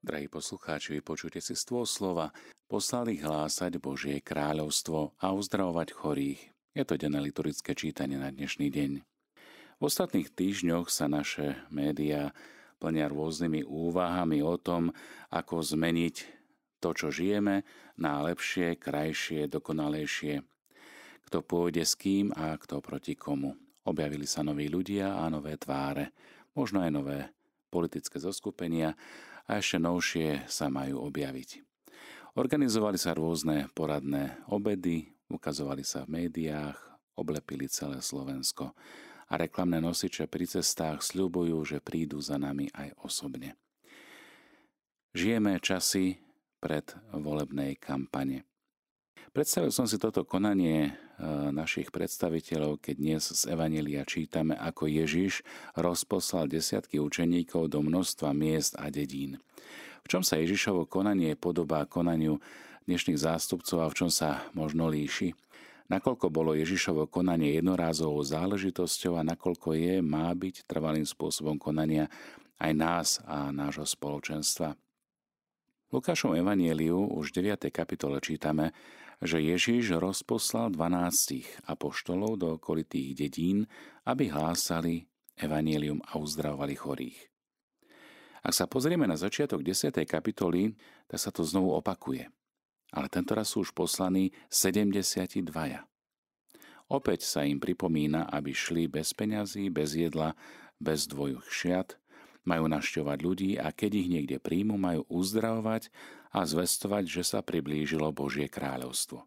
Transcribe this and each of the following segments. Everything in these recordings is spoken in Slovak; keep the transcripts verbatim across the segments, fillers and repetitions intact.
Drahí poslucháči, vypočujte si stôl slova. Poslali hlásať Božie kráľovstvo a uzdravovať chorých. Je to denné liturgické čítanie na dnešný deň. V ostatných týždňoch sa naše médiá plnia rôznymi úvahami o tom, ako zmeniť to, čo žijeme, na lepšie, krajšie, dokonalejšie. Kto pôjde s kým a kto proti komu. Objavili sa noví ľudia a nové tváre, možno aj nové politické zoskupenia a ešte novšie sa majú objaviť. Organizovali sa rôzne poradné obedy, ukazovali sa v médiách, oblepili celé Slovensko a reklamné nosiče pri cestách sľubujú, že prídu za nami aj osobne. Žijeme časy pred volebnej kampane. Predstavil som si toto konanie našich predstaviteľov, keď dnes z Evanjelia čítame, ako Ježiš rozposlal desiatky učeníkov do množstva miest a dedín. V čom sa Ježišovo konanie podobá konaniu dnešných zástupcov a v čom sa možno líši? Nakoľko bolo Ježišovo konanie jednorázovou záležitosťou a nakoľko je, má byť trvalým spôsobom konania aj nás a nášho spoločenstva? V Lukášovom evanjeliu už v deviatej kapitole čítame, že Ježiš rozposlal dvanástich apoštolov do okolitých dedín, aby hlásali evanjelium a uzdravovali chorých. Ak sa pozrieme na začiatok desiatej kapitoly, tak sa to znovu opakuje. Ale tentoraz sú už poslaní sedemdesiatdvaja. Opäť sa im pripomína, aby šli bez peňazí, bez jedla, bez dvojich šiat, majú navštevovať ľudí a keď ich niekde príjmu, majú uzdravovať a zvestovať, že sa priblížilo Božie kráľovstvo.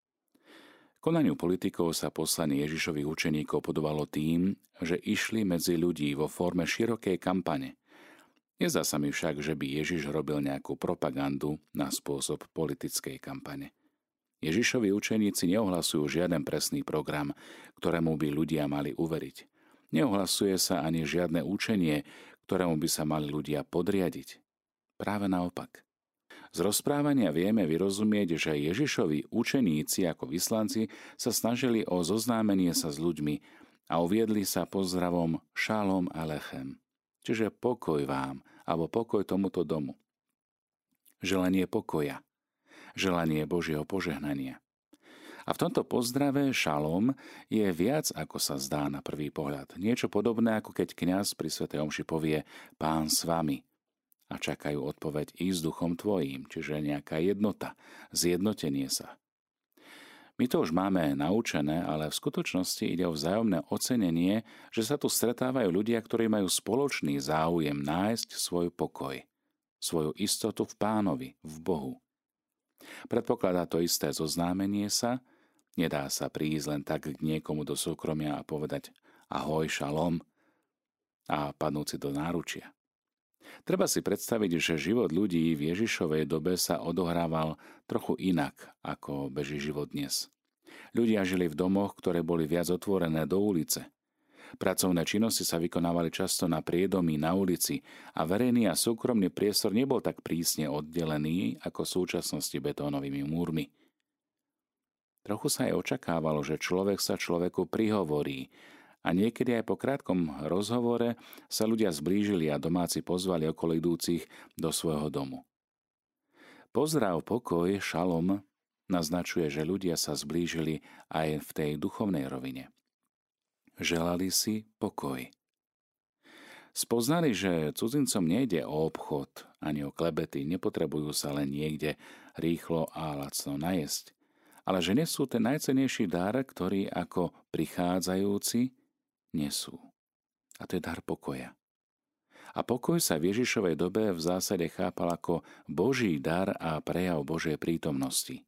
Konaniu politikov sa poslanie Ježišových učeníkov podobalo tým, že išli medzi ľudí vo forme širokej kampane. Nezdá sa mi však, že by Ježiš robil nejakú propagandu na spôsob politickej kampane. Ježišovi učeníci neohlasujú žiaden presný program, ktorému by ľudia mali uveriť. Neohlasuje sa ani žiadne učenie, ktorému by sa mali ľudia podriadiť. Práve naopak. Z rozprávania vieme vyrozumieť, že Ježišovi učeníci ako vyslanci sa snažili o zoznámenie sa s ľuďmi a uviedli sa pozdravom Šalom Alechem, čiže pokoj vám, alebo pokoj tomuto domu. Želanie pokoja, želanie Božieho požehnania. A v tomto pozdrave šalom je viac, ako sa zdá na prvý pohľad. Niečo podobné, ako keď kňaz pri svätej omši povie Pán s vami a čakajú odpoveď i s duchom tvojím, čiže nejaká jednota, zjednotenie sa. My to už máme naučené, ale v skutočnosti ide o vzájomné ocenenie, že sa tu stretávajú ľudia, ktorí majú spoločný záujem nájsť svoj pokoj, svoju istotu v Pánovi, v Bohu. Predpokladá to isté zoznámenie sa, nedá sa prísť len tak k niekomu do súkromia a povedať ahoj, šalom a padnúť si do náručia. Treba si predstaviť, že život ľudí v Ježišovej dobe sa odohrával trochu inak, ako beží život dnes. Ľudia žili v domoch, ktoré boli viac otvorené do ulice. Pracovné činnosti sa vykonávali často na priedomí, na ulici a verejný a súkromný priestor nebol tak prísne oddelený ako v súčasnosti betónovými múrmi. Trochu sa aj očakávalo, že človek sa človeku prihovorí a niekedy aj po krátkom rozhovore sa ľudia zblížili a domáci pozvali okolo idúcich do svojho domu. Pozdrav, pokoj, šalom naznačuje, že ľudia sa zblížili aj v tej duchovnej rovine. Želali si pokoj. Spoznali, že cudzincom nejde o obchod ani o klebety, nepotrebujú sa len niekde rýchlo a lacno najesť, ale že nesú ten najcennejší dar, ktorý ako prichádzajúci nesú. A to je dar pokoja. A pokoj sa v Ježišovej dobe v zásade chápal ako Boží dar a prejav Božej prítomnosti.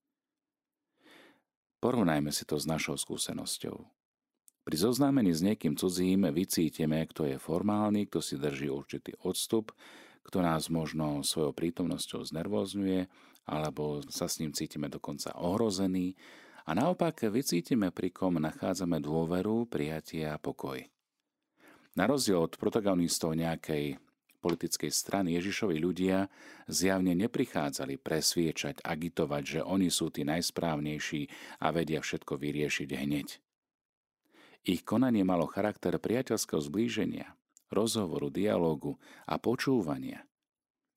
Porovnajme si to s našou skúsenosťou. Pri zoznámení s niekým cudzím vycítime, kto je formálny, kto si drží určitý odstup, kto nás možno svojou prítomnosťou znervózňuje, alebo sa s ním cítime dokonca ohrozený. A naopak vycítime, pri kom nachádzame dôveru, prijatie a pokoj. Na rozdiel od protagonistov nejakej politickej strany Ježišovi ľudia zjavne neprichádzali presviečať, agitovať, že oni sú tí najsprávnejší a vedia všetko vyriešiť hneď. Ich konanie malo charakter priateľského zblíženia, rozhovoru, dialógu a počúvania.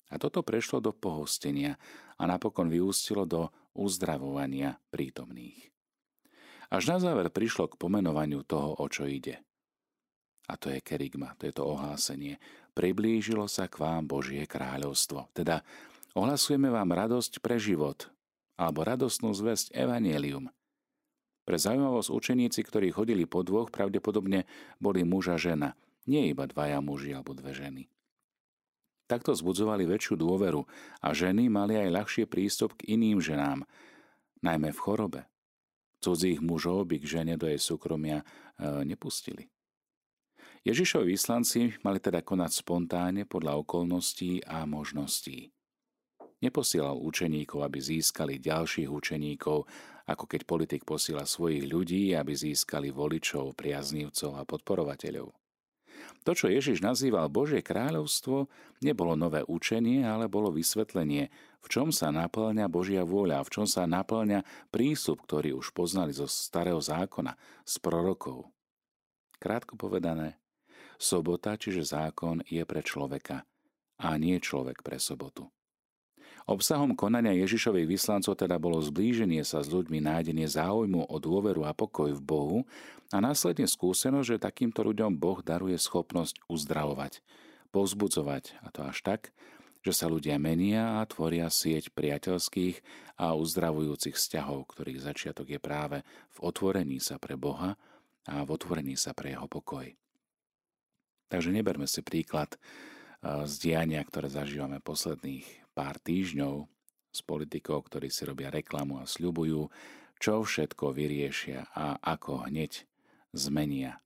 A toto prešlo do pohostenia a napokon vyústilo do uzdravovania prítomných. Až na záver prišlo k pomenovaniu toho, o čo ide. A to je kerygma, to je to ohlásenie. Priblížilo sa k vám Božie kráľovstvo. Teda ohlasujeme vám radosť pre život, alebo radostnú zvesť evanjelium. Pre zaujímavosť učeníci, ktorí chodili po dvoch, pravdepodobne boli muž a žena, nie iba dvaja muži alebo dve ženy. Takto vzbudzovali väčšiu dôveru a ženy mali aj ľahšie prístup k iným ženám, najmä v chorobe. Cudzích mužov by k žene do jej súkromia e, nepustili. Ježišovi vyslanci mali teda konať spontánne podľa okolností a možností. Neposielal učeníkov, aby získali ďalších učeníkov, ako keď politik posiela svojich ľudí, aby získali voličov, priaznivcov a podporovateľov. To, čo Ježiš nazýval Božie kráľovstvo, nebolo nové učenie, ale bolo vysvetlenie, v čom sa naplňa Božia vôľa, v čom sa naplňa prísľub, ktorý už poznali zo starého zákona, z prorokov. Krátko povedané, sobota, čiže zákon, je pre človeka a nie človek pre sobotu. Obsahom konania Ježišových vyslancov teda bolo zblíženie sa s ľuďmi, nájdenie záujmu o dôveru a pokoj v Bohu a následne skúsenosť, že takýmto ľuďom Boh daruje schopnosť uzdravovať, povzbudzovať, a to až tak, že sa ľudia menia a tvoria sieť priateľských a uzdravujúcich vzťahov, ktorých začiatok je práve v otvorení sa pre Boha a v otvorení sa pre jeho pokoj. Takže neberme si príklad z diania, ktoré zažívame posledných pár týždňov s politikov, ktorí si robia reklamu a sľubujú, čo všetko vyriešia a ako hneď zmenia.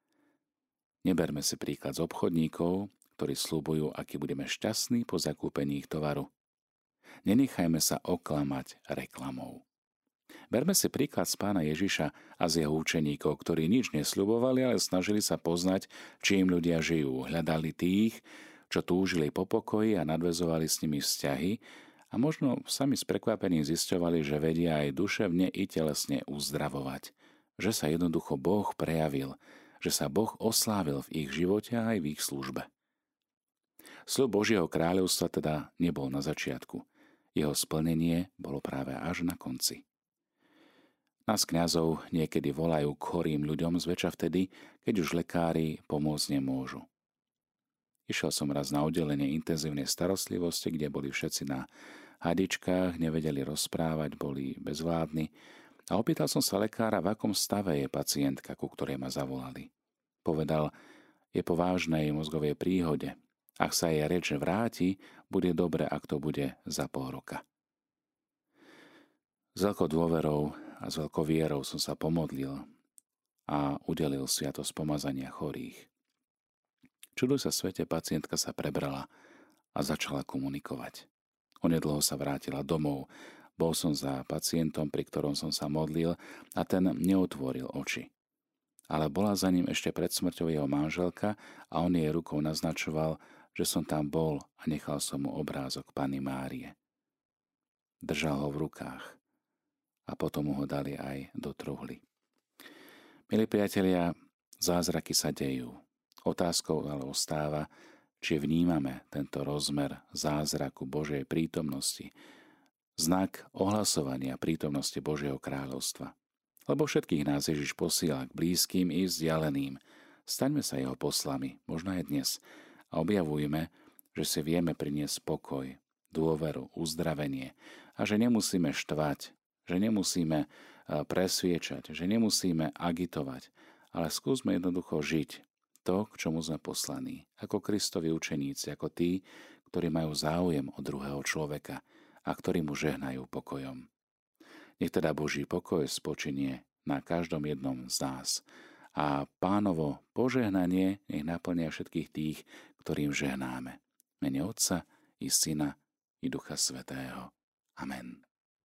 Neberme si príklad z obchodníkov, ktorí sľubujú, aký budeme šťastní po zakúpení ich tovaru. Nenechajme sa oklamať reklamou. Berme si príklad z Pána Ježiša a z jeho učeníkov, ktorí nič nesľubovali, ale snažili sa poznať, čím ľudia žijú. Hľadali tých, čo túžili po pokoji a nadväzovali s nimi vzťahy a možno sami s prekvapením zisťovali, že vedia aj duševne i telesne uzdravovať. Že sa jednoducho Boh prejavil, že sa Boh oslávil v ich živote a aj v ich službe. Sľub Božieho kráľovstva teda nebol na začiatku. Jeho splnenie bolo práve až na konci. Nás kňazov niekedy volajú k chorým ľuďom, zväčša vtedy, keď už lekári pomôcť nemôžu. Išiel som raz na oddelenie intenzívnej starostlivosti, kde boli všetci na hadičkách, nevedeli rozprávať, boli bezvládni a opýtal som sa lekára, v akom stave je pacientka, ku ktorej ma zavolali. Povedal, je po vážnej mozgovej príhode. Ak sa jej reč vráti, bude dobre, ak to bude za pol roka. S veľkou dôverou a s veľkou vierou som sa pomodlil a udelil sviatosť pomazania chorých. Čuduj sa svete, pacientka sa prebrala a začala komunikovať. Onedlho sa vrátila domov. Bol som za pacientom, pri ktorom som sa modlil a ten neotvoril oči. Ale bola za ním ešte pred smrťou jeho manželka a on jej rukou naznačoval, že som tam bol a nechal som mu obrázok Panny Márie. Držal ho v rukách a potom mu ho dali aj do truhly. Milí priatelia, zázraky sa dejú. Otázkou ale ostáva, či vnímame tento rozmer zázraku Božej prítomnosti, znak ohlasovania prítomnosti Božieho kráľovstva. Lebo všetkých nás Ježiš posiela k blízkym i vzdialeným. Staňme sa jeho poslami, možno aj dnes, a objavujme, že si vieme priniesť pokoj, dôveru, uzdravenie a že nemusíme štvať, že nemusíme presviečať, že nemusíme agitovať, ale skúsme jednoducho žiť to, k čomu sme poslaní, ako Kristovi učeníci, ako tí, ktorí majú záujem o druhého človeka a ktorí mu žehnajú pokojom. Nech teda Boží pokoj spočinie na každom jednom z nás a Pánovo požehnanie nech naplnia všetkých tých, ktorým žehnáme. Mene Otca i Syna i Ducha Svätého. Amen.